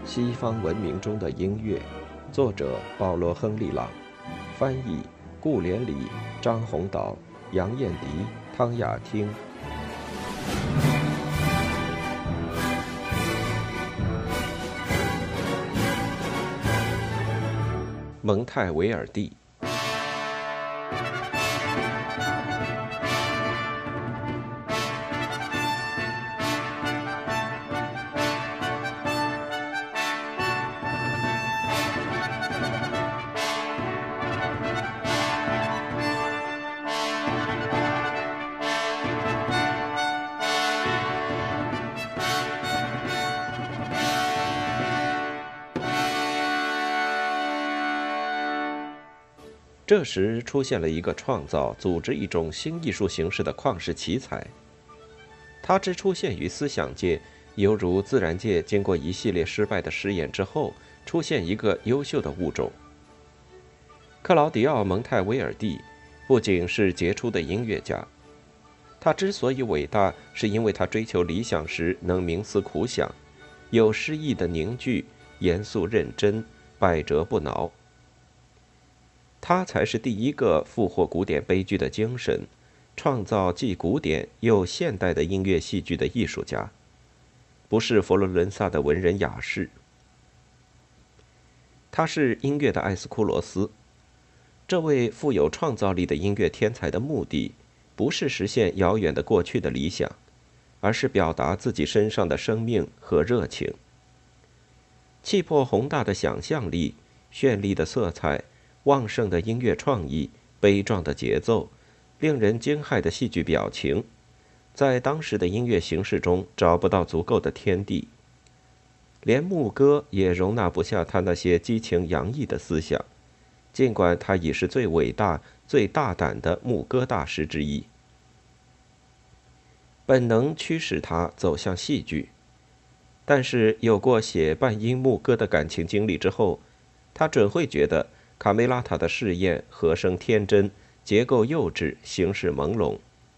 西方文明中的音乐，作者保罗·亨利·朗，翻译顾连理、张宏导、杨艳迪、汤雅汀。蒙泰维尔第。这时出现了一个创造、组织一种新艺术形式的旷世奇才。它之出现于思想界，犹如自然界经过一系列失败的实验之后，出现一个优秀的物种。克劳迪奥·蒙泰维尔第不仅是杰出的音乐家，他之所以伟大，是因为他追求理想时能冥思苦想，有诗意的凝聚，严肃认真，百折不挠。他才是第一个复活古典悲剧的精神，创造既古典又现代的音乐戏剧的艺术家，不是佛罗伦萨的文人雅士。他是音乐的埃斯库罗斯。这位富有创造力的音乐天才的目的，不是实现遥远的过去的理想，而是表达自己身上的生命和热情。气魄宏大的想象力，绚丽的色彩，旺盛的音乐创意，悲壮的节奏，令人惊骇的戏剧表情，在当时的音乐形式中找不到足够的天地，连牧歌也容纳不下他那些激情洋溢的思想，尽管他已是最伟大、最大胆的牧歌大师之一。本能驱使他走向戏剧，但是有过写半音牧歌的感情经历之后，他准会觉得卡梅拉塔的试验和声天真，结构幼稚，形式朦胧。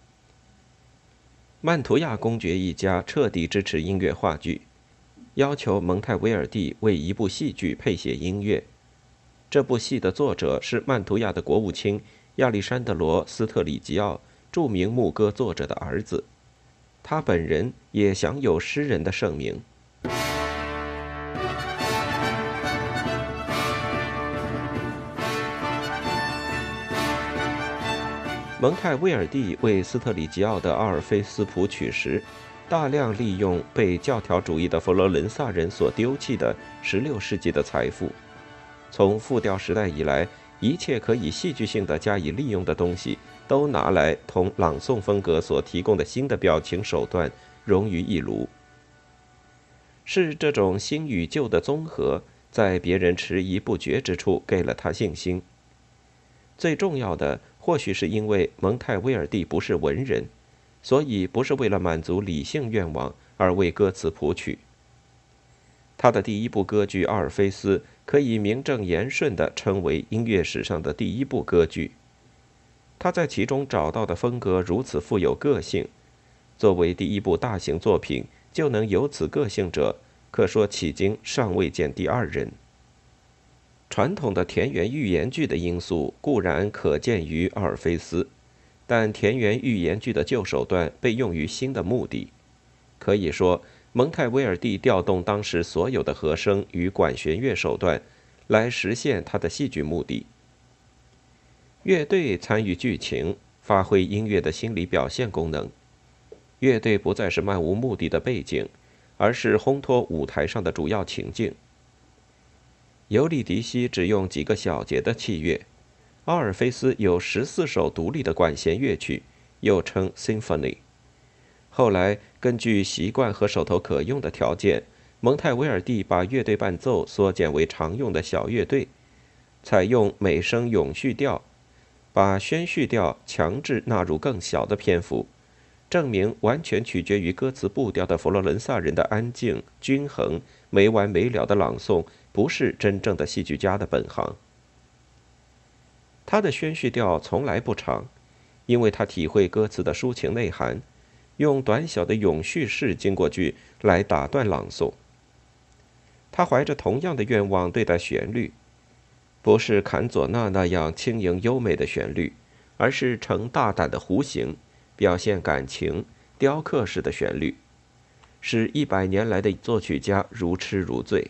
曼图亚公爵一家彻底支持音乐话剧，要求蒙泰维尔第为一部戏剧配写音乐。这部戏的作者是曼图亚的国务卿亚历山德罗·斯特里吉奥，著名牧歌作者的儿子。他本人也享有诗人的盛名。蒙泰威尔第为斯特里吉奥的阿尔菲斯谱曲时，大量利用被教条主义的佛罗伦萨人所丢弃的16世纪的财富。从复调时代以来，一切可以戏剧性的加以利用的东西，都拿来同朗诵风格所提供的新的表情手段融于一炉。是这种新与旧的综合，在别人迟疑不决之处给了他信心。最重要的，或许是因为蒙泰威尔第不是文人，所以不是为了满足理性愿望而为歌词谱曲。他的第一部歌剧《阿尔菲斯》可以名正言顺地称为音乐史上的第一部歌剧。他在其中找到的风格如此富有个性，作为第一部大型作品就能有此个性者，可说迄今尚未见第二人。传统的田园寓言剧的因素固然可见于阿尔菲斯，但田园寓言剧的旧手段被用于新的目的。可以说，蒙泰威尔第调动当时所有的和声与管弦乐手段，来实现他的戏剧目的。乐队参与剧情，发挥音乐的心理表现功能。乐队不再是漫无目的的背景，而是烘托舞台上的主要情境。尤利迪西只用几个小节的器乐，阿尔菲斯有14首独立的管弦乐曲，又称 symphony。后来根据习惯和手头可用的条件，蒙泰维尔第把乐队伴奏缩减为常用的小乐队，采用每声永续调，把宣叙调强制纳入更小的篇幅，证明完全取决于歌词步调的佛罗伦萨人的安静、均衡、没完没了的朗诵，不是真正的戏剧家的本行。他的宣叙调从来不长，因为他体会歌词的抒情内涵，用短小的永续式经过句来打断朗诵。 他怀着同样的愿望对待旋律，不是坎佐纳那样轻盈优美的旋律，而是呈大胆的弧形，表现感情、雕刻式的旋律，使100年来的作曲家如痴如醉。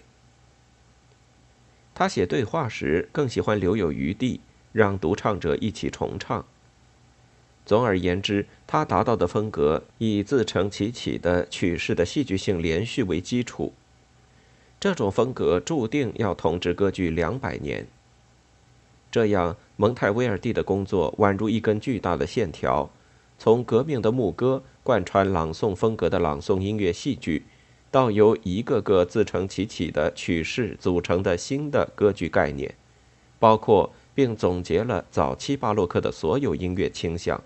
他写对话时更喜欢留有余地，让独唱者一起重唱。总而言之，他达到的风格以自成其起的曲式的戏剧性连续为基础。这种风格注定要统治歌剧200年。这样，蒙泰威尔第的工作宛如一根巨大的线条，从革命的牧歌贯穿朗诵风格的朗诵音乐戏剧，到由一个个自成其起的曲式组成的新的歌剧概念，包括并总结了早期巴洛克的所有音乐倾向。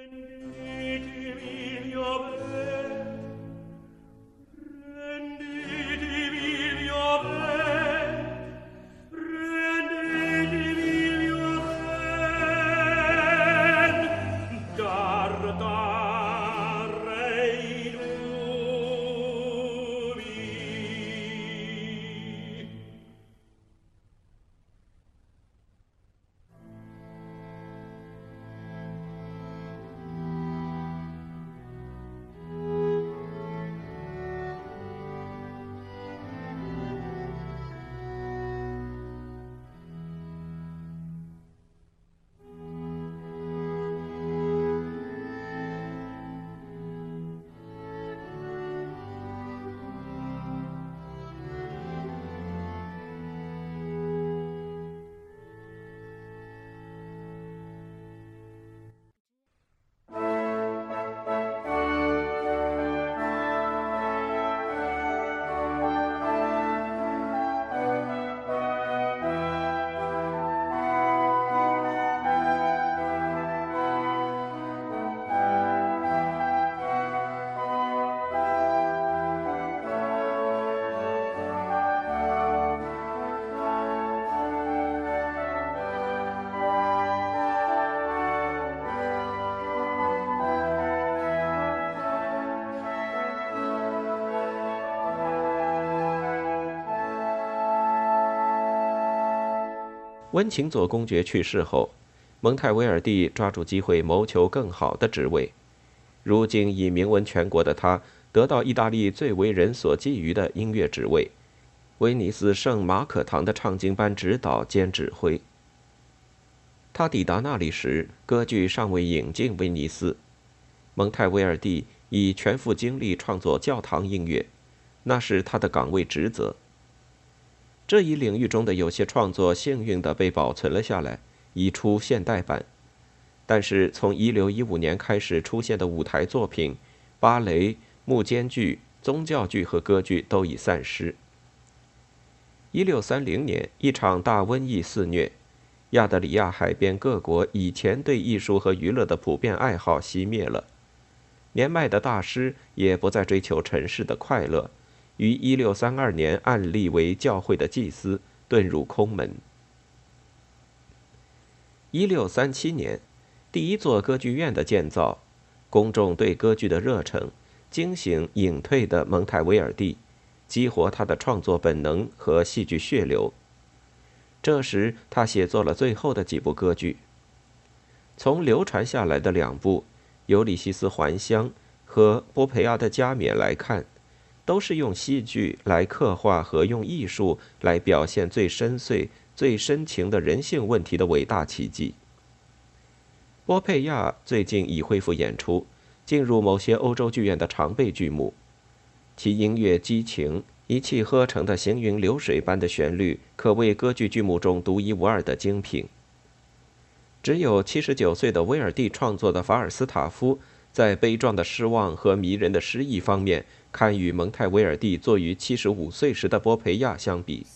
温琴佐公爵去世后，蒙泰威尔第抓住机会谋求更好的职位。如今已名闻全国的他，得到意大利最为人所觊觎的音乐职位——威尼斯圣马可堂的唱经班指导兼指挥。他抵达那里时，歌剧尚未引进威尼斯。蒙泰威尔第已全副精力创作教堂音乐，那是他的岗位职责。这一领域中的有些创作幸运地被保存了下来，已出现代版。但是从1615年开始出现的舞台作品、芭蕾、幕间剧、宗教剧和歌剧都已散失。1630年，一场大瘟疫肆虐，亚得里亚海边各国以前对艺术和娱乐的普遍爱好熄灭了。年迈的大师也不再追求尘世的快乐，于1632年按立为教会的祭司，遁入空门。1637年，第一座歌剧院的建造，公众对歌剧的热忱惊醒隐退的蒙泰威尔第，激活他的创作本能和戏剧血流。这时，他写作了最后的几部歌剧。从流传下来的2部《尤里西斯还乡》和《波培亚的加冕》来看，都是用戏剧来刻画和用艺术来表现最深邃、最深情的人性问题的伟大奇迹。波佩亚最近已恢复演出，进入某些欧洲剧院的常备剧目。其音乐激情、一气呵成的行云流水般的旋律，可谓歌剧剧目中独一无二的精品。只有79岁的威尔第创作的法尔斯塔夫，在悲壮的失望和迷人的诗意方面，堪与蒙泰威尔第作于75岁时的波培亚相比。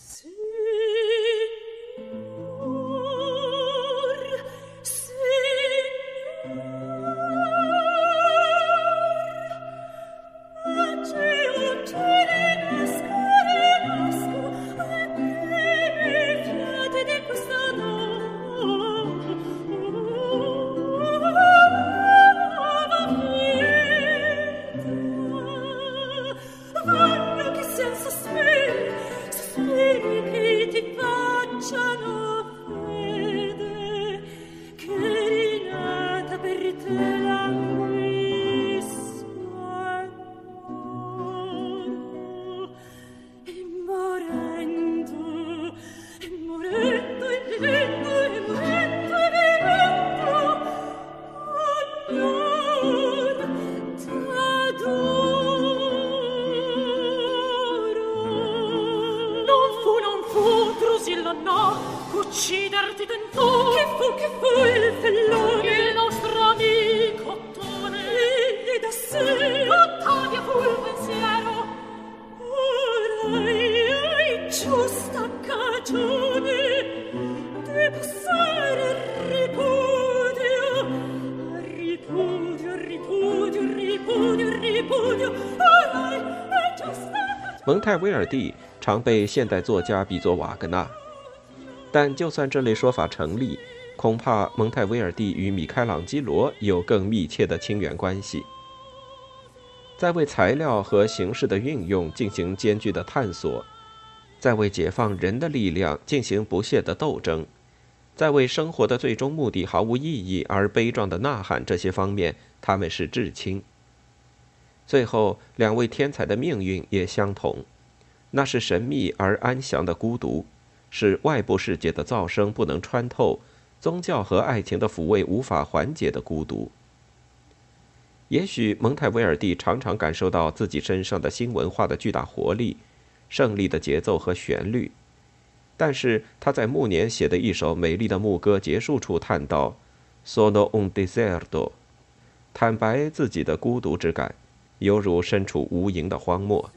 蒙泰威尔第常被现代作家比作瓦格纳，但就算这类说法成立，恐怕蒙泰威尔第与米开朗基罗有更密切的亲缘关系。在为材料和形式的运用进行艰巨的探索，在为解放人的力量进行不懈的斗争，在为生活的最终目的毫无意义而悲壮的呐喊这些方面，他们是至亲。最后，两位天才的命运也相同，那是神秘而安详的孤独，是外部世界的噪声不能穿透，宗教和爱情的抚慰无法缓解的孤独。也许蒙泰威尔第常常感受到自己身上的新文化的巨大活力、胜利的节奏和旋律，但是他在暮年写的一首美丽的牧歌结束处叹道 ：“Sono un deserto”， 坦白自己的孤独之感，犹如身处无垠的荒漠。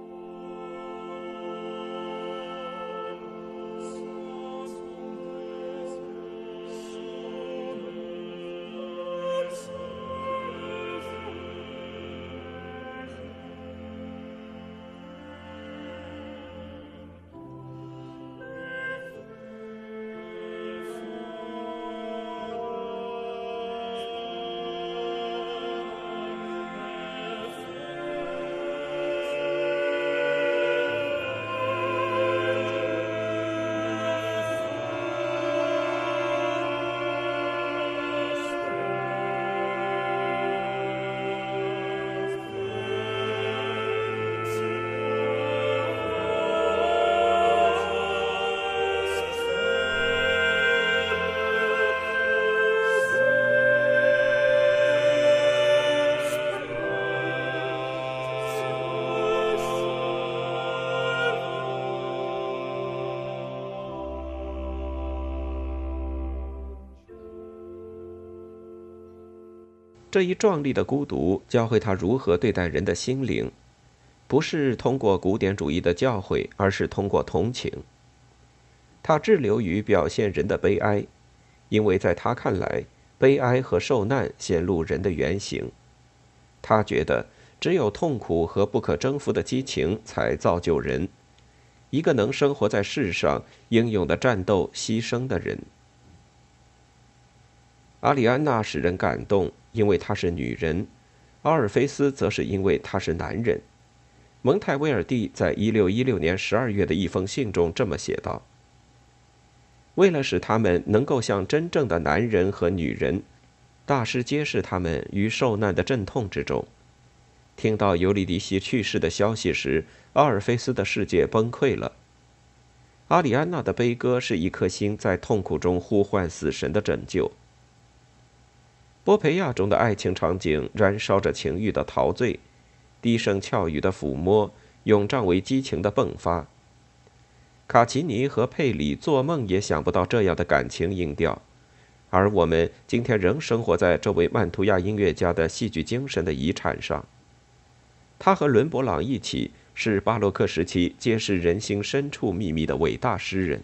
这一壮丽的孤独教会他如何对待人的心灵，不是通过古典主义的教诲，而是通过同情。他滞留于表现人的悲哀，因为在他看来，悲哀和受难显露人的原型。他觉得只有痛苦和不可征服的激情才造就人，一个能生活在世上、英勇的战斗、牺牲的人。阿里安娜使人感动，因为她是女人；阿尔菲斯则是因为他是男人。蒙泰威尔第在1616年12月的一封信中这么写道：“为了使他们能够像真正的男人和女人，大师揭示他们于受难的阵痛之中。听到尤利迪西去世的消息时，阿尔菲斯的世界崩溃了。阿里安娜的悲歌是一颗心在痛苦中呼唤死神的拯救。波培亚中的爱情场景燃烧着情欲的陶醉，低声俏语的抚摸涌胀为激情的迸发。卡奇尼和佩里做梦也想不到这样的感情音调，而我们今天仍生活在这位曼图亚音乐家的戏剧精神的遗产上。他和伦勃朗一起是巴洛克时期揭示人心深处秘密的伟大诗人。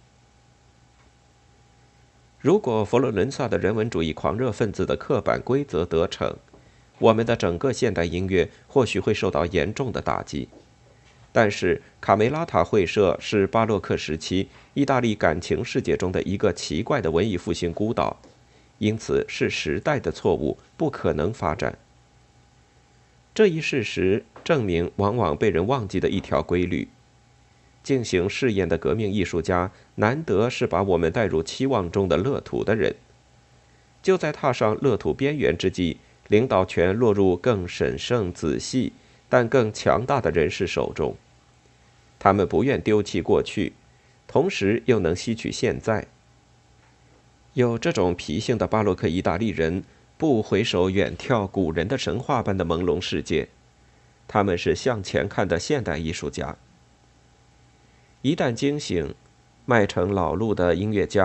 如果佛罗伦萨的人文主义狂热分子的刻板规则得逞，我们的整个现代音乐或许会受到严重的打击。但是卡梅拉塔会社是巴洛克时期意大利感情世界中的一个奇怪的文艺复兴孤岛，因此是时代的错误，不可能发展。这一事实证明往往被人忘记的一条规律：进行试验的革命艺术家难得是把我们带入期望中的乐土的人。就在踏上乐土边缘之际，领导权落入更审慎仔细但更强大的人士手中。他们不愿丢弃过去，同时又能吸取现在。有这种脾性的巴洛克意大利人不回首远眺古人的神话般的朦胧世界，他们是向前看的现代艺术家。一旦惊醒，迈成老路的音乐家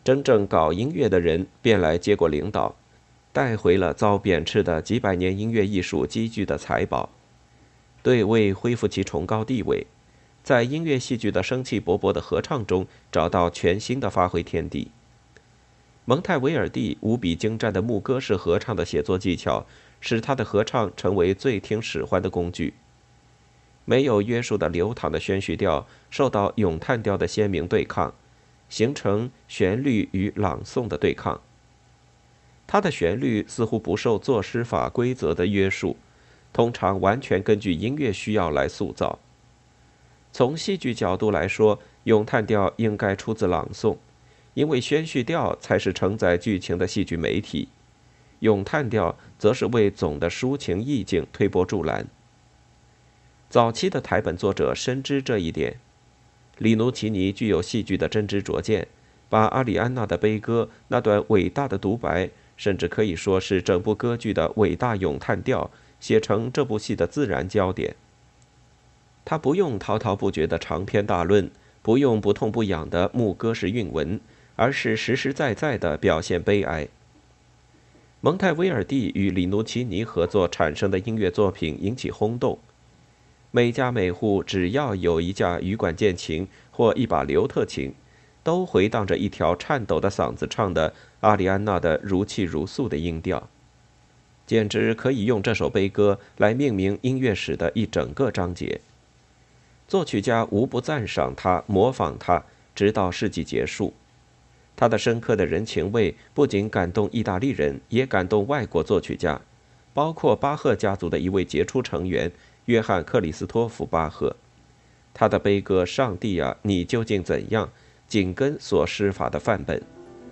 真正搞音乐的人便来接过领导，带回了遭贬斥的几百年音乐艺术积聚的财宝。对为恢复其崇高地位，在音乐戏剧的生气勃勃的合唱中找到全新的发挥天地。蒙泰维尔第无比精湛的牧歌式合唱的写作技巧，使他的合唱成为最听使唤的工具。没有约束的流淌的宣叙调受到咏叹调的鲜明对抗，形成旋律与朗诵的对抗。它的旋律似乎不受作诗法规则的约束，通常完全根据音乐需要来塑造。从戏剧角度来说，咏叹调应该出自朗诵，因为宣叙调才是承载剧情的戏剧媒体，咏叹调则是为总的抒情意境推波助澜。早期的台本作者深知这一点，里努奇尼具有戏剧的真知灼见，把阿里安娜的悲歌那段伟大的独白，甚至可以说是整部歌剧的伟大咏叹调，写成这部戏的自然焦点。他不用滔滔不绝的长篇大论，不用不痛不痒的牧歌式韵文，而是实实在在地表现悲哀。蒙泰威尔第与里努奇尼合作产生的音乐作品引起轰动，每家每户只要有一架羽管键琴或一把刘特琴，都回荡着一条颤抖的嗓子唱的阿里安娜的如泣如诉的音调，简直可以用这首悲歌来命名音乐史的一整个章节。作曲家无不赞赏他，模仿他，直到世纪结束。他的深刻的人情味不仅感动意大利人，也感动外国作曲家，包括巴赫家族的一位杰出成员约翰·克里斯托弗·巴赫。他的悲歌《上帝啊，你究竟怎样》紧跟所施法的范本。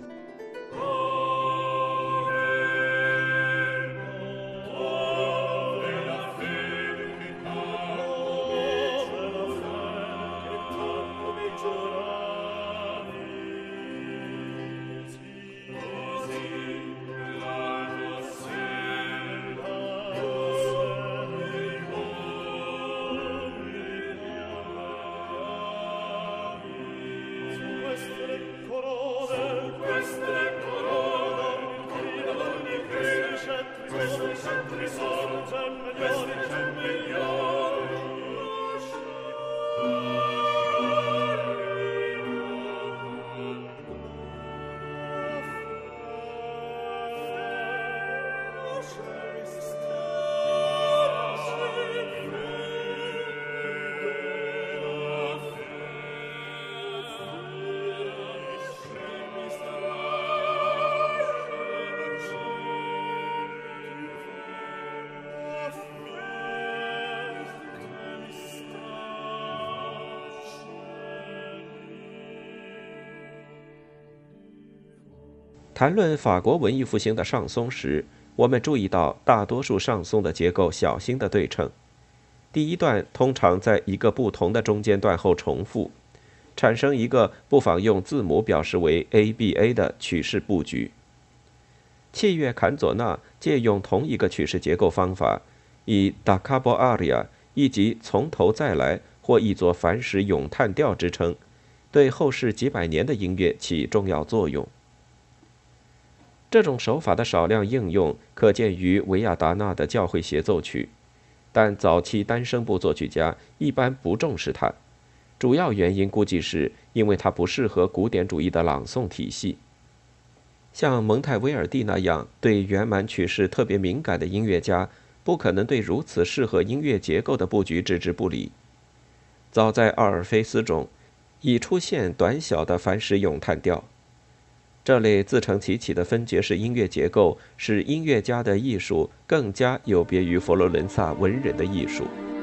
谈论法国文艺复兴的上松时，我们注意到大多数上松的结构小心的对称。第一段通常在一个不同的中间段后重复，产生一个不妨用字母表示为 ABA 的曲式布局。器乐坎佐纳借用同一个曲式结构方法，以 Da capo aria 亦即从头再来或译作凡时咏叹调之称，对后世几百年的音乐起重要作用。这种手法的少量应用可见于维亚达纳的教会协奏曲，但早期单声部作曲家一般不重视它，主要原因估计是因为它不适合古典主义的朗诵体系。像蒙泰威尔第那样对圆满曲式特别敏感的音乐家，不可能对如此适合音乐结构的布局置之不理。早在奥尔菲斯中，已出现短小的凡时咏叹调。这类自成其起的分节式音乐结构，使音乐家的艺术更加有别于佛罗伦萨文人的艺术。